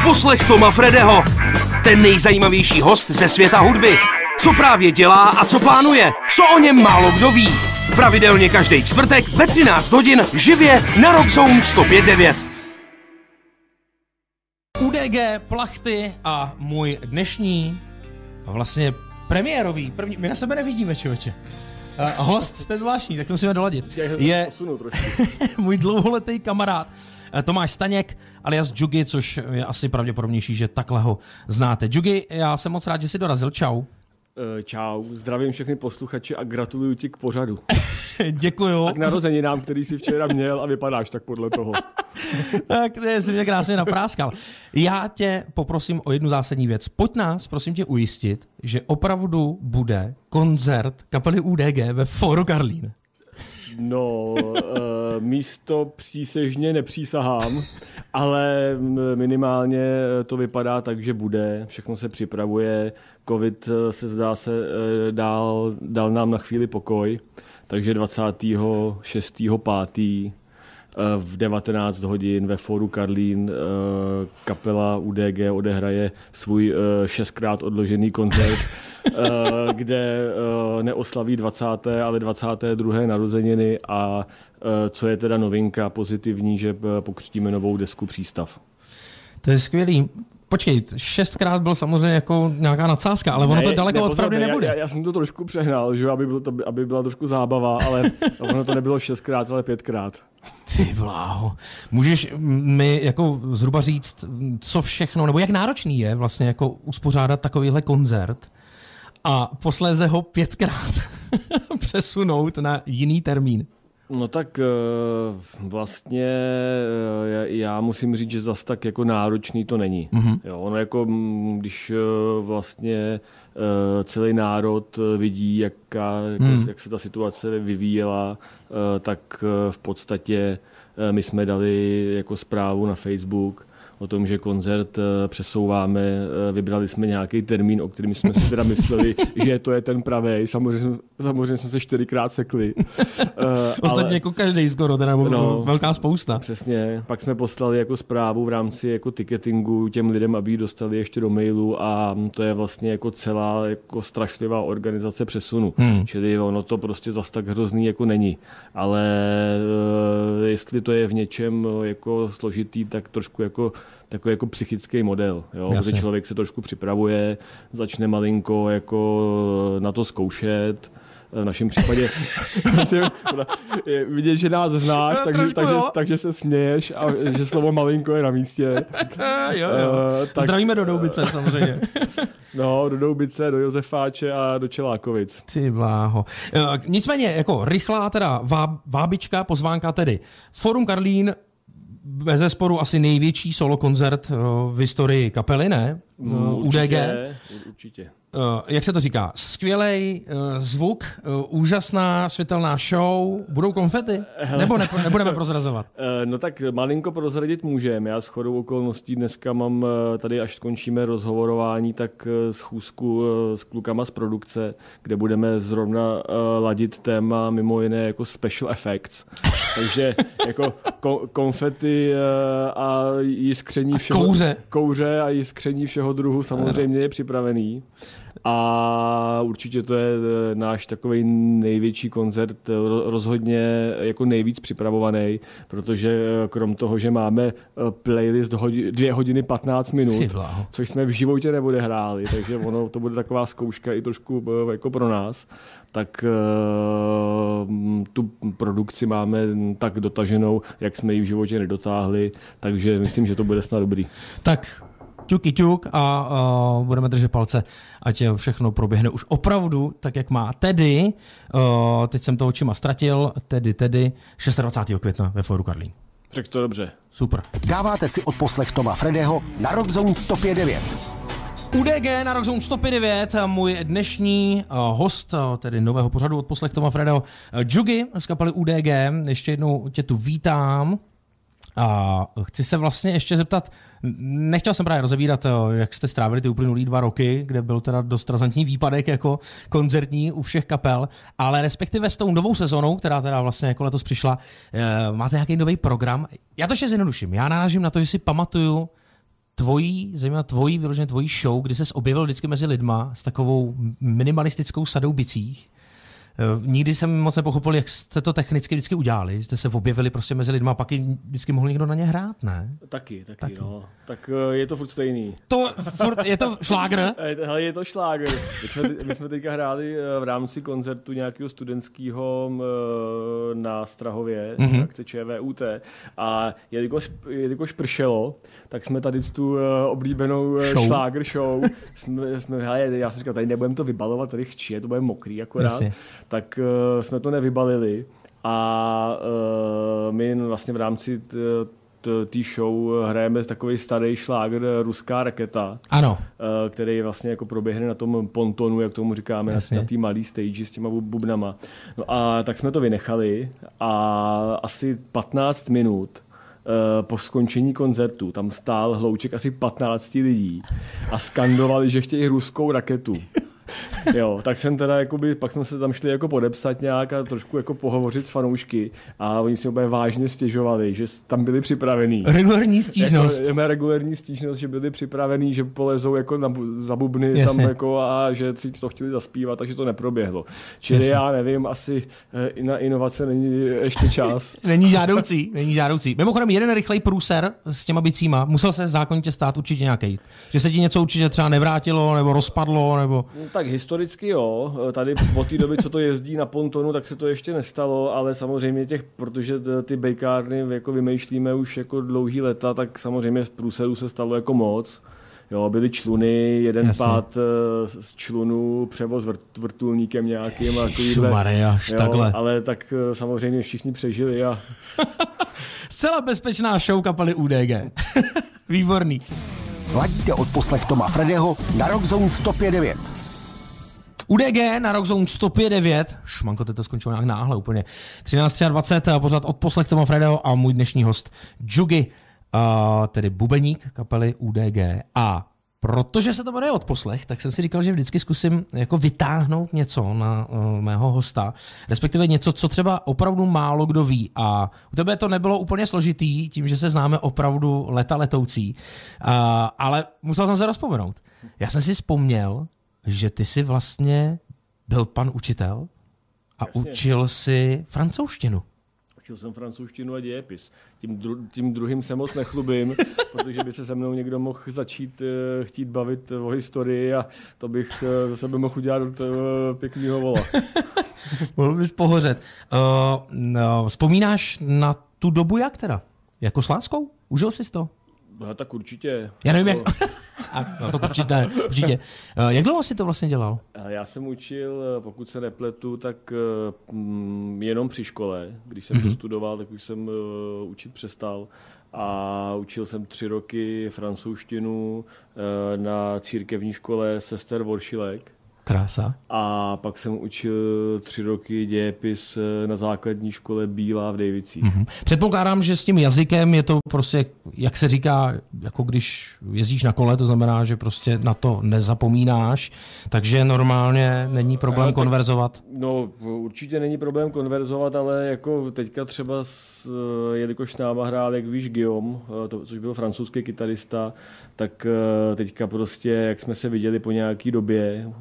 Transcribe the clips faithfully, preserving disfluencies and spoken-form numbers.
Poslech Toma Fredeho, ten nejzajímavější host ze světa hudby. Co právě dělá a co plánuje, co o něm málo kdo ví. Pravidelně každý čtvrtek ve třináct hodin živě na Rockzone sto pět devět. U D G, plachty a můj dnešní a vlastně premiérový, první, my na sebe nevidíme, člověče. Uh, host, to je zvláštní, tak to musíme doladit. Je můj dlouholetý kamarád Tomáš Staněk alias Džugi, což je asi pravděpodobnější, že takhle ho znáte. Džugi, já jsem moc rád, že jsi dorazil. Čau. Čau, zdravím všechny posluchače a gratuluju ti k pořadu. Děkuju. A k narozeninám, který jsi včera měl a vypadáš tak podle toho. Tak jsi mě krásně napráskal. Já tě poprosím o jednu zásadní věc. Pojď nás, prosím tě, ujistit, že opravdu bude koncert kapely U D G ve Fóru Karlín. No, místo přísežně nepřísahám, ale minimálně to vypadá tak, že bude. Všechno se připravuje. Covid se zdá se dal, dal nám na chvíli pokoj, takže dvacátého šestého pátého v devatenáct hodin ve Fóru Karlín kapela U D G odehraje svůj šestkrát odložený koncert, kde neoslaví dvacáté ale dvacáté druhé narozeniny a co je teda novinka pozitivní, že pokřtíme novou desku Přístav. To je skvělý. Počkej, šestkrát byl samozřejmě jako nějaká nadsázka, ale ono ne, to daleko ne, od pravdy ne, nebude. Já, já jsem to trošku přehnal, že aby, bylo to, aby byla trošku zábava, ale ono to nebylo šestkrát, ale pětkrát. Ty bláho. Můžeš mi jako zhruba říct, co všechno, nebo jak náročný je vlastně jako uspořádat takovýhle koncert a posléze ho pětkrát přesunout na jiný termín? No tak vlastně já musím říct, že zas tak jako náročný to není. Mm-hmm. Jo, ono jako, když vlastně celý národ vidí, jaká, jako, mm. jak se ta situace vyvíjela, tak v podstatě my jsme dali jako zprávu na Facebook o tom, že koncert přesouváme, vybrali jsme nějaký termín, o kterým jsme si teda mysleli, že to je ten pravej. Samozřejmě, samozřejmě jsme se čtyřikrát sekli. Ostatně ale, jako každý skoro, teda no, velká spousta. Přesně. Pak jsme poslali jako zprávu v rámci jako ticketingu těm lidem, aby ji dostali ještě do mailu a to je vlastně jako celá jako strašlivá organizace přesunu. Hmm. Čili ono to prostě zas tak hrozný jako není. Ale jestli to je v něčem jako složitý, tak trošku jako takový jako psychický model, jo? Protože člověk se trošku připravuje, začne malinko jako na to zkoušet. V našem případě je vidět, že nás znáš, no, takže, takže, takže se směješ a že slovo malinko je na místě. jo, jo. Uh, tak, Zdravíme do Doubice samozřejmě. No, do Doubice, do Josefáče a do Čelákovic. Ty bláho. Uh, nicméně, jako rychlá teda vábička, pozvánka tedy. Fórum Karlín, bezesporu asi největší solo koncert v historii kapely, ne? Mm, U D G. Určitě, určitě. Uh, jak se to říká? Skvělej uh, zvuk, uh, úžasná světelná show, budou konfety? Nebo ne, nebudeme prozrazovat? Uh, no tak malinko prozradit můžeme. Já shodou okolností dneska mám uh, tady, až skončíme rozhovorování, tak uh, schůzku uh, s klukama z produkce, kde budeme zrovna uh, ladit téma mimo jiné jako special effects. Takže jako ko- konfety uh, a jiskření všeho. A kouře. Kouře a jiskření všeho druhu samozřejmě je připravený. A určitě to je náš takový největší koncert, rozhodně jako nejvíc připravovaný, protože krom toho, že máme playlist dvě hodiny patnáct minut, což jsme v životě neodehráli, takže ono to bude taková zkouška i trošku jako pro nás, tak tu produkci máme tak dotaženou, jak jsme ji v životě nedotáhli, takže myslím, že to bude snad dobrý. Tak ťuky ťuk a uh, budeme držet palce, ať všechno proběhne už opravdu tak, jak má. Tedy, uh, teď jsem to očima ztratil, tedy, tedy dvacátého šestého května ve Fóru Karlín. Řekl to dobře. Super. Dáváte si odposlech Toma Fredeho na Rockzone sto pět devět. U D G na Rockzone sto pět devět, můj dnešní uh, host, uh, tedy nového pořadu odposlech Toma Fredeho, uh, Džugi z kapely U D G. Ještě jednou tě tu vítám. A chci se vlastně ještě zeptat, nechtěl jsem právě rozebírat, jak jste strávili ty uplynulý dva roky, kde byl teda dost razantní výpadek jako koncertní u všech kapel, ale respektive s tou novou sezónou, která teda vlastně jako letos přišla, máte nějaký nový program? Já to ještě zjednoduším. Já narážím na to, že si pamatuju tvojí, zejména tvojí, vyloženě tvojí show, kdy ses objevil vždycky mezi lidma s takovou minimalistickou sadou bicích. Nikdy jsem moc nepochopil, jak jste to technicky vždycky udělali. Jste se objevili prostě mezi lidma a pak vždycky mohl někdo na ně hrát, ne? Taky, taky, taky. no. Tak je to furt stejný. To furt, je to šlágr? Hele, je to šlágr. My jsme, my jsme teďka hráli v rámci koncertu nějakého studentského na Strahově, mm-hmm. akce ČVUT. A jelikož, jelikož pršelo, tak jsme tady tu oblíbenou show. šlágr show. Jsme, jsme, hele, já jsem říkal, tady nebudeme to vybalovat, tady chčije, to bude mokrý akorát. Jasně. Tak uh, jsme to nevybalili a uh, my vlastně v rámci té show hrajeme takový starý šlágr Ruská raketa. Ano. Uh, který vlastně jako proběhne na tom pontonu, jak tomu říkáme, Jasně. na té malé stage s těma bubnama. No a tak jsme to vynechali a asi patnáct minut Uh, po skončení koncertu tam stál hlouček asi patnáct lidí a skandovali, že chtějí ruskou raketu. Jo, tak jsem teda jakoby, pak jsme se tam šli jako podepsat nějak a trošku jako pohovořit s fanoušky a oni si úplně vážně stěžovali, že tam byli připravení. Regulární stížnost. Jako, regulární stížnost, že byli připravení, že polezou jako na, za bubny Jasně. tam jako a že si to chtěli zaspívat, takže to neproběhlo. Čili Jasně. já nevím, asi na inovace není ještě čas. Není žádoucí, není žádoucí. Mimochodem jeden rychlej průser s těma bicíma musel se zákonitě stát určitě nějaký. Že se ti něco určitě třeba nevrátilo nebo rozpadlo nebo tak historicky jo, tady od té doby, co to jezdí na pontonu, tak se to ještě nestalo, ale samozřejmě těch, protože ty bejkárny jako vymýšlíme už jako dlouhý leta, tak samozřejmě v průseru se stalo jako moc. Jo, byly čluny, jeden Jasně. pád z člunu, převoz vrt, vrtulníkem nějakým a takovýhle. Jo, takhle. Ale tak samozřejmě všichni přežili a... Zcela bezpečná show kapely U D G. Výborný. Ladíte odposlech Toma Fredeho na Rockzone sto pět devět. U D G na Rockzone sto pět devět. Šmanko, teď to skončilo nějak náhle úplně. třináct dvacet tři pořád odposlech Toma Fredeho a můj dnešní host Jugy, uh, tedy bubeník kapely U D G. A protože se to jmenuje odposlech, tak jsem si říkal, že vždycky zkusím jako vytáhnout něco na uh, mého hosta, respektive něco, co třeba opravdu málo kdo ví. A u tebe to nebylo úplně složitý, tím, že se známe opravdu leta letoucí, uh, ale musel jsem se rozpomenout. Já jsem si vzpomněl, že ty jsi vlastně byl pan učitel a Jasně. učil si francouzštinu. Učil jsem francouzštinu a dějepis. Tím, dru- tím druhým se moc nechlubím, protože by se se mnou někdo mohl začít uh, chtít bavit o historii a to bych uh, za sebe mohl udělat uh, pěknýho vola. Mohl bys pohořet. Uh, no, vzpomínáš na tu dobu jak teda? Jako s láskou? Užil jsi to? No, tak určitě. Já nevím, jak... A, no, to určitě, určitě. Uh, jak dlouho jsi to vlastně dělal? Já jsem učil, pokud se nepletu, tak mm, jenom při škole. Když jsem mm-hmm. to studoval, tak už jsem uh, učit přestal. A učil jsem tři roky francouzštinu uh, na církevní škole sester Voršilek. Krása. A pak jsem učil tři roky dějepis na základní škole Bílá v Dejvicích. Mm-hmm. Předpokládám, že s tím jazykem je to prostě, jak se říká, jako když jezdíš na kole, to znamená, že prostě na to nezapomínáš, takže normálně není problém ale konverzovat. Tak, no, určitě není problém konverzovat, ale jako teďka třeba, s, jelikož náma hrál, jak víš, Guillaume, to, což byl francouzský kytarista, tak teďka prostě, jak jsme se viděli po nějaký době,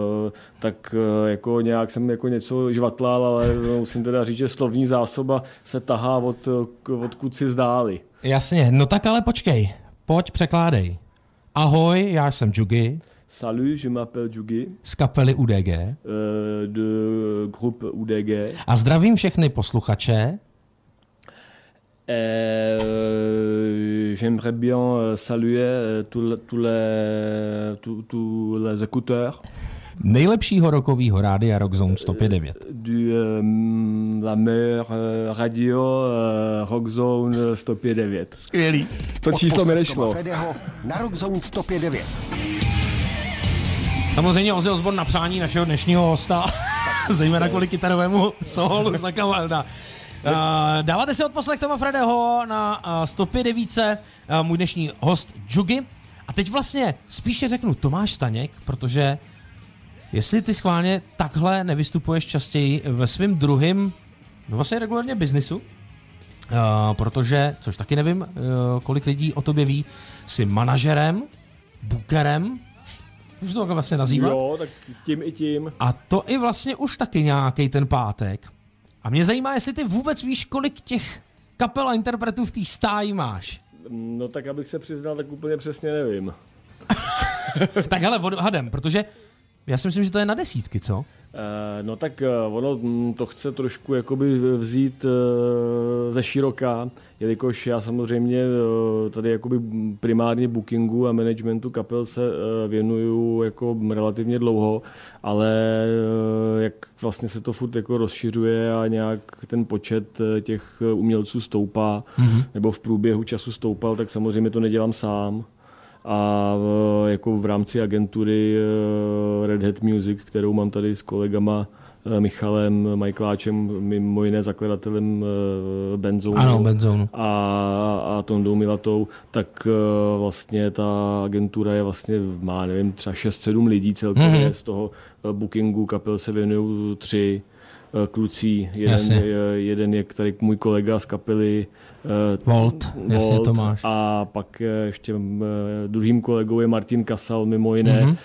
tak jako nějak jsem jako něco žvatlal, ale musím teda říct, že slovní zásoba se tahá od, od kuci zdáli. Jasně, no tak ale počkej, pojď překládej. Ahoj, já jsem Jugy. Salut, je m'appelle Jugy. Z kapely U D G. Uh, de groupe U D G. A zdravím všechny posluchače. Euh, j'aimerais bien saluer tous les, tous, tous les écouteurs. Nejlepšího rokovýho rádia Rockzone sto pět devět. Du, um, la meilleure radio uh, Rockzone sto pět devět. Skvělý. To číslo mi nešlo. Na Rockzone sto pět devět. Samozřejmě Ozzy Osbourne na přání našeho dnešního hosta, zejména kvůli kytarovému solu za Kavalda. Uh, dáváte si odposlech Toma Fredeho na uh, sto pět devět, uh, můj dnešní host Jugy. A teď vlastně spíše řeknu Tomáš Staněk, protože jestli ty schválně takhle nevystupuješ častěji ve svém druhém, no vlastně regulárně biznisu, protože, což taky nevím, uh, kolik lidí o tobě ví, jsi manažerem, bookerem, už to tak vlastně nazývat? Jo, tak tím i tím. A to i vlastně už taky nějaký ten pátek. A mě zajímá, jestli ty vůbec víš, kolik těch kapel a interpretů v té stáji máš. No tak abych se přiznal, tak úplně přesně nevím. Tak hele, odhadem, protože já si myslím, že to je na desítky, co? No tak ono to chce trošku jakoby vzít ze široka, jelikož já samozřejmě tady jakoby primárně bookingu a managementu kapel se věnuju jako relativně dlouho, ale jak vlastně se to furt jako rozšiřuje a nějak ten počet těch umělců stoupá, mm-hmm. nebo v průběhu času stoupal, tak samozřejmě to nedělám sám. A jako v rámci agentury Red Hat Music, kterou mám tady s kolegama Michalem Majkláčem, mimo jiné zakladatelem Benzonu, ano, Benzonu. A, a Tondou Milatou, tak vlastně ta agentura je vlastně, má nevím, třeba šest sedm lidí celkově, mm-hmm. z toho bookingu kapel se věnují tři kluci, jeden, jeden je tady můj kolega z kapely uh, Volt, jasně to máš. A pak ještě uh, druhým kolegou je Martin Kasal, mimo jiné, mm-hmm.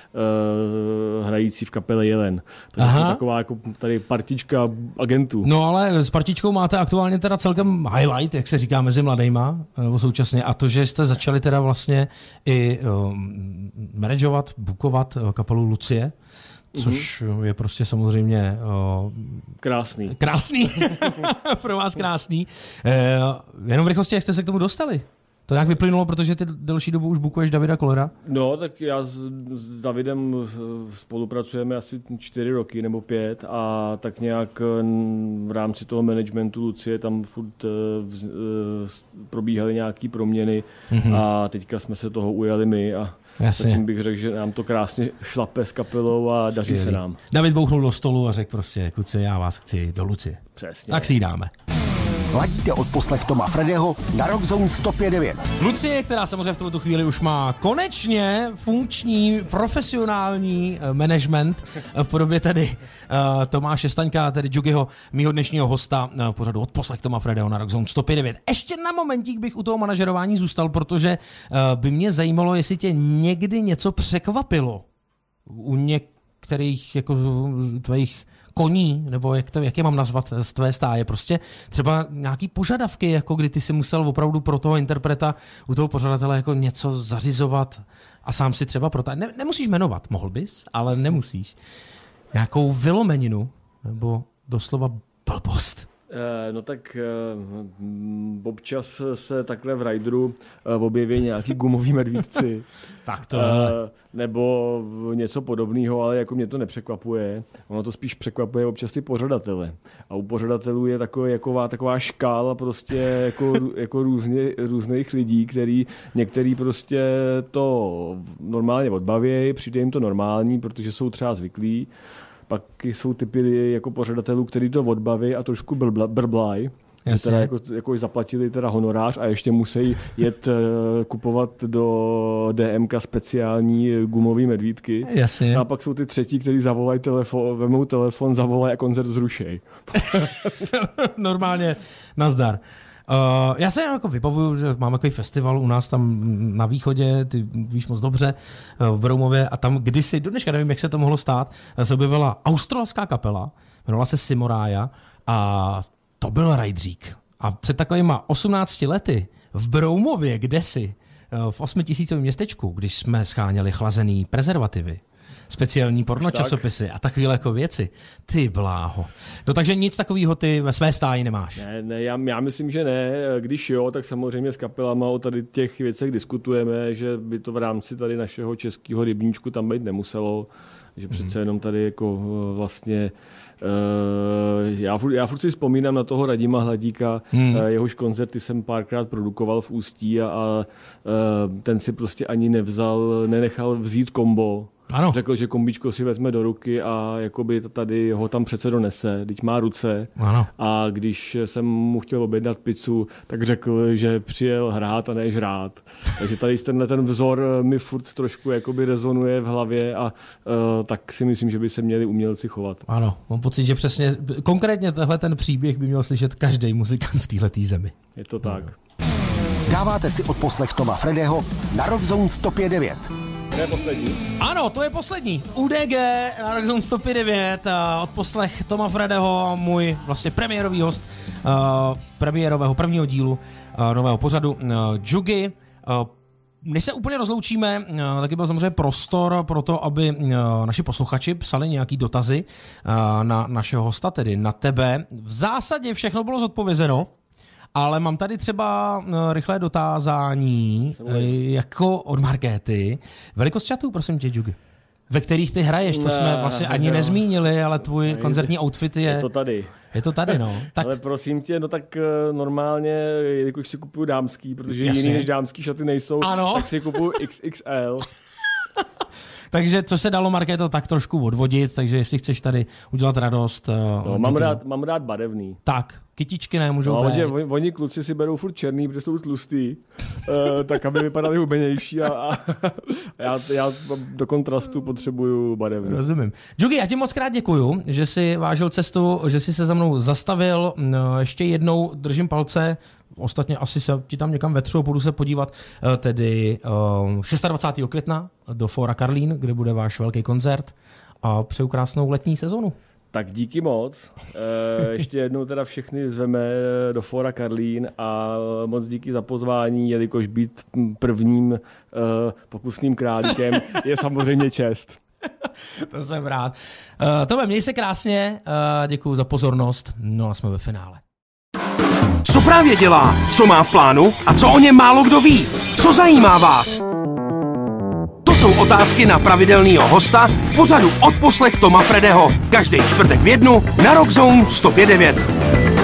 uh, hrající v kapele Jelen. Takže jsme taková jako tady partička agentů. No ale s partičkou máte aktuálně teda celkem highlight, jak se říká mezi mladejma uh, současně, a to, že jste začali teda vlastně i uh, manažovat, bookovat uh, kapelu Lucie, což mm-hmm. je prostě samozřejmě uh, krásný. Krásný. Pro vás krásný. Uh, jenom v rychlosti, jak jste se k tomu dostali? To nějak vyplynulo, protože ty delší dobu už bookuješ Davida Kollera? No, tak já s, s Davidem spolupracujeme asi čtyři roky nebo pět a tak nějak v rámci toho managementu Lucie tam furt vz, probíhaly nějaký proměny mm-hmm. a teďka jsme se toho ujali my a zatím bych řekl, že nám to krásně šlape s kapelou a daří Skvělý. Se nám. David bouchnul do stolu a řekl prostě, kluci, já vás chci do Lucie. Přesně. Tak si ji dáme. Ladíte odposlech Toma Fredeho na Rockzone sto pět devět. Lucie, která samozřejmě v tuto chvíli už má konečně funkční, profesionální management v podobě tedy uh, Tomáše Staňka, tedy Jugiho, mýho dnešního hosta uh, pořadu Odposlech Toma Fredeho na Rockzone sto pět devět. Ještě na momentík bych u toho manažerování zůstal, protože uh, by mě zajímalo, jestli tě někdy něco překvapilo u některých jako tvojich koní, nebo jak, to, jak je mám nazvat z tvé stáje, prostě třeba nějaký požadavky, jako kdy ty si musel opravdu pro toho interpreta, u toho pořadatele jako něco zařizovat a sám si třeba pro ta... Ne, nemusíš jmenovat, mohl bys, ale nemusíš. Nějakou vylomeninu, nebo doslova blbost. No tak občas se takhle v rideru objeví nějaký gumový medvídci. Tak to nebo něco podobného, ale jako mě to nepřekvapuje. Ono to spíš překvapuje občas ty pořadatele. A u pořadatelů je takový, jaková, taková škála prostě jako, jako různě, různých lidí, který některý prostě to normálně odbavějí, přijde jim to normální, protože jsou třeba zvyklí. Pak jsou typy jako pořadatelů, který to odbaví a trošku brblají. Že teda jako, jako zaplatili teda honorář a ještě musí jet uh, kupovat do D M K speciální gumový medvídky. Jasně. A pak jsou ty třetí, kteří zavolají telefon, vemou telefon, zavolají a koncert zrušej. Normálně, nazdar. Uh, já se jako vybavuju, že máme takový festival u nás tam na východě, ty víš moc dobře, v Broumově, a tam kdysi, do dneška nevím, jak se to mohlo stát, se objevila australská kapela, jmenovala se Simorája a to byl rajdřík. A před takovýma osmnácti lety v Broumově, kdesi, v osmitisícovém městečku, když jsme scháněli chlazený prezervativy, speciální pornočasopisy a takovéhle jako věci. Ty bláho. No takže nic takového ty ve své stáji nemáš. Ne, ne já, já myslím, že ne. Když jo, tak samozřejmě s kapelama o tady těch věcech diskutujeme, že by to v rámci tady našeho českého rybníčku tam být nemuselo. Že přece jenom tady jako vlastně uh, já, furt, já furt si vzpomínám na toho Radima Hladíka, hmm. uh, jehož koncerty jsem párkrát produkoval v Ústí a, a uh, ten si prostě ani nevzal, nenechal vzít kombo. Ano. Řekl, že kombíčko si vezme do ruky a jakoby tady ho tam přece donese, teď má ruce. Ano. A když jsem mu chtěl objednat pizzu, tak řekl, že přijel hrát a ne žrát. Takže tady tenhle ten vzor mi furt trošku jakoby rezonuje v hlavě a uh, tak si myslím, že by se měli umělci chovat. Ano, mám pocit, že přesně, konkrétně tenhle ten příběh by měl slyšet každý muzikant v této zemi. Je to tak. Dáváte si odposlech Toma Fredeho na Rock Zone sto pět devět. To je poslední. Ano, to je poslední. U D G na Rock Zone sto pět devět, odposlech Toma Fredeho, můj vlastně premiérový host uh, premiérového prvního dílu uh, nového pořadu uh, Jugy. Uh, Než se úplně rozloučíme, taky byl samozřejmě prostor pro to, aby naši posluchači psali nějaký dotazy na našeho hosta, tedy na tebe. V zásadě všechno bylo zodpovězeno, ale mám tady třeba rychlé dotázání jako od Markéty. Velikost čatů, prosím tě, Jugy, ve kterých ty hraješ, to ne, jsme vlastně ani jo. nezmínili, ale tvůj ne, koncertní outfit je... Je to tady. Je to tady, no. Tak... Ale prosím tě, no tak normálně, jelikož si kupuju dámský, protože Jasně. jiný než dámský šaty nejsou, ano. tak si kupuju X X L. Takže co se dalo, Markéto, tak trošku odvodit, takže jestli chceš tady udělat radost... No, mám, rád, mám rád barevný. Tak, kytičky nemůžou no, být. Že oni kluci si berou furt černý, protože jsou tlustý, uh, tak aby vypadali hubenější a, a já, já do kontrastu potřebuju barevný. Rozumím. Jugy, já ti moc krát děkuju, že jsi vážil cestu, že jsi se za mnou zastavil. No, ještě jednou držím palce. Ostatně asi se ti tam někam vetřu a půjdu se podívat tedy dvacátého šestého května do Fóra Karlín, kde bude váš velký koncert a přeju krásnou letní sezonu. Tak díky moc. E, ještě jednou teda všechny zveme do Fóra Karlín a moc díky za pozvání, jelikož být prvním e, pokusným králíkem je samozřejmě čest. To jsem rád. E, Tome, měj se krásně, e, děkuju za pozornost, no a jsme ve finále. Co právě dělá, co má v plánu a co o něm málo kdo ví? Co zajímá vás? To jsou otázky na pravidelného hosta v pořadu Odposlech Toma Fredeho. Každý čtvrtek v jednu na Rock Zone sto pět devět.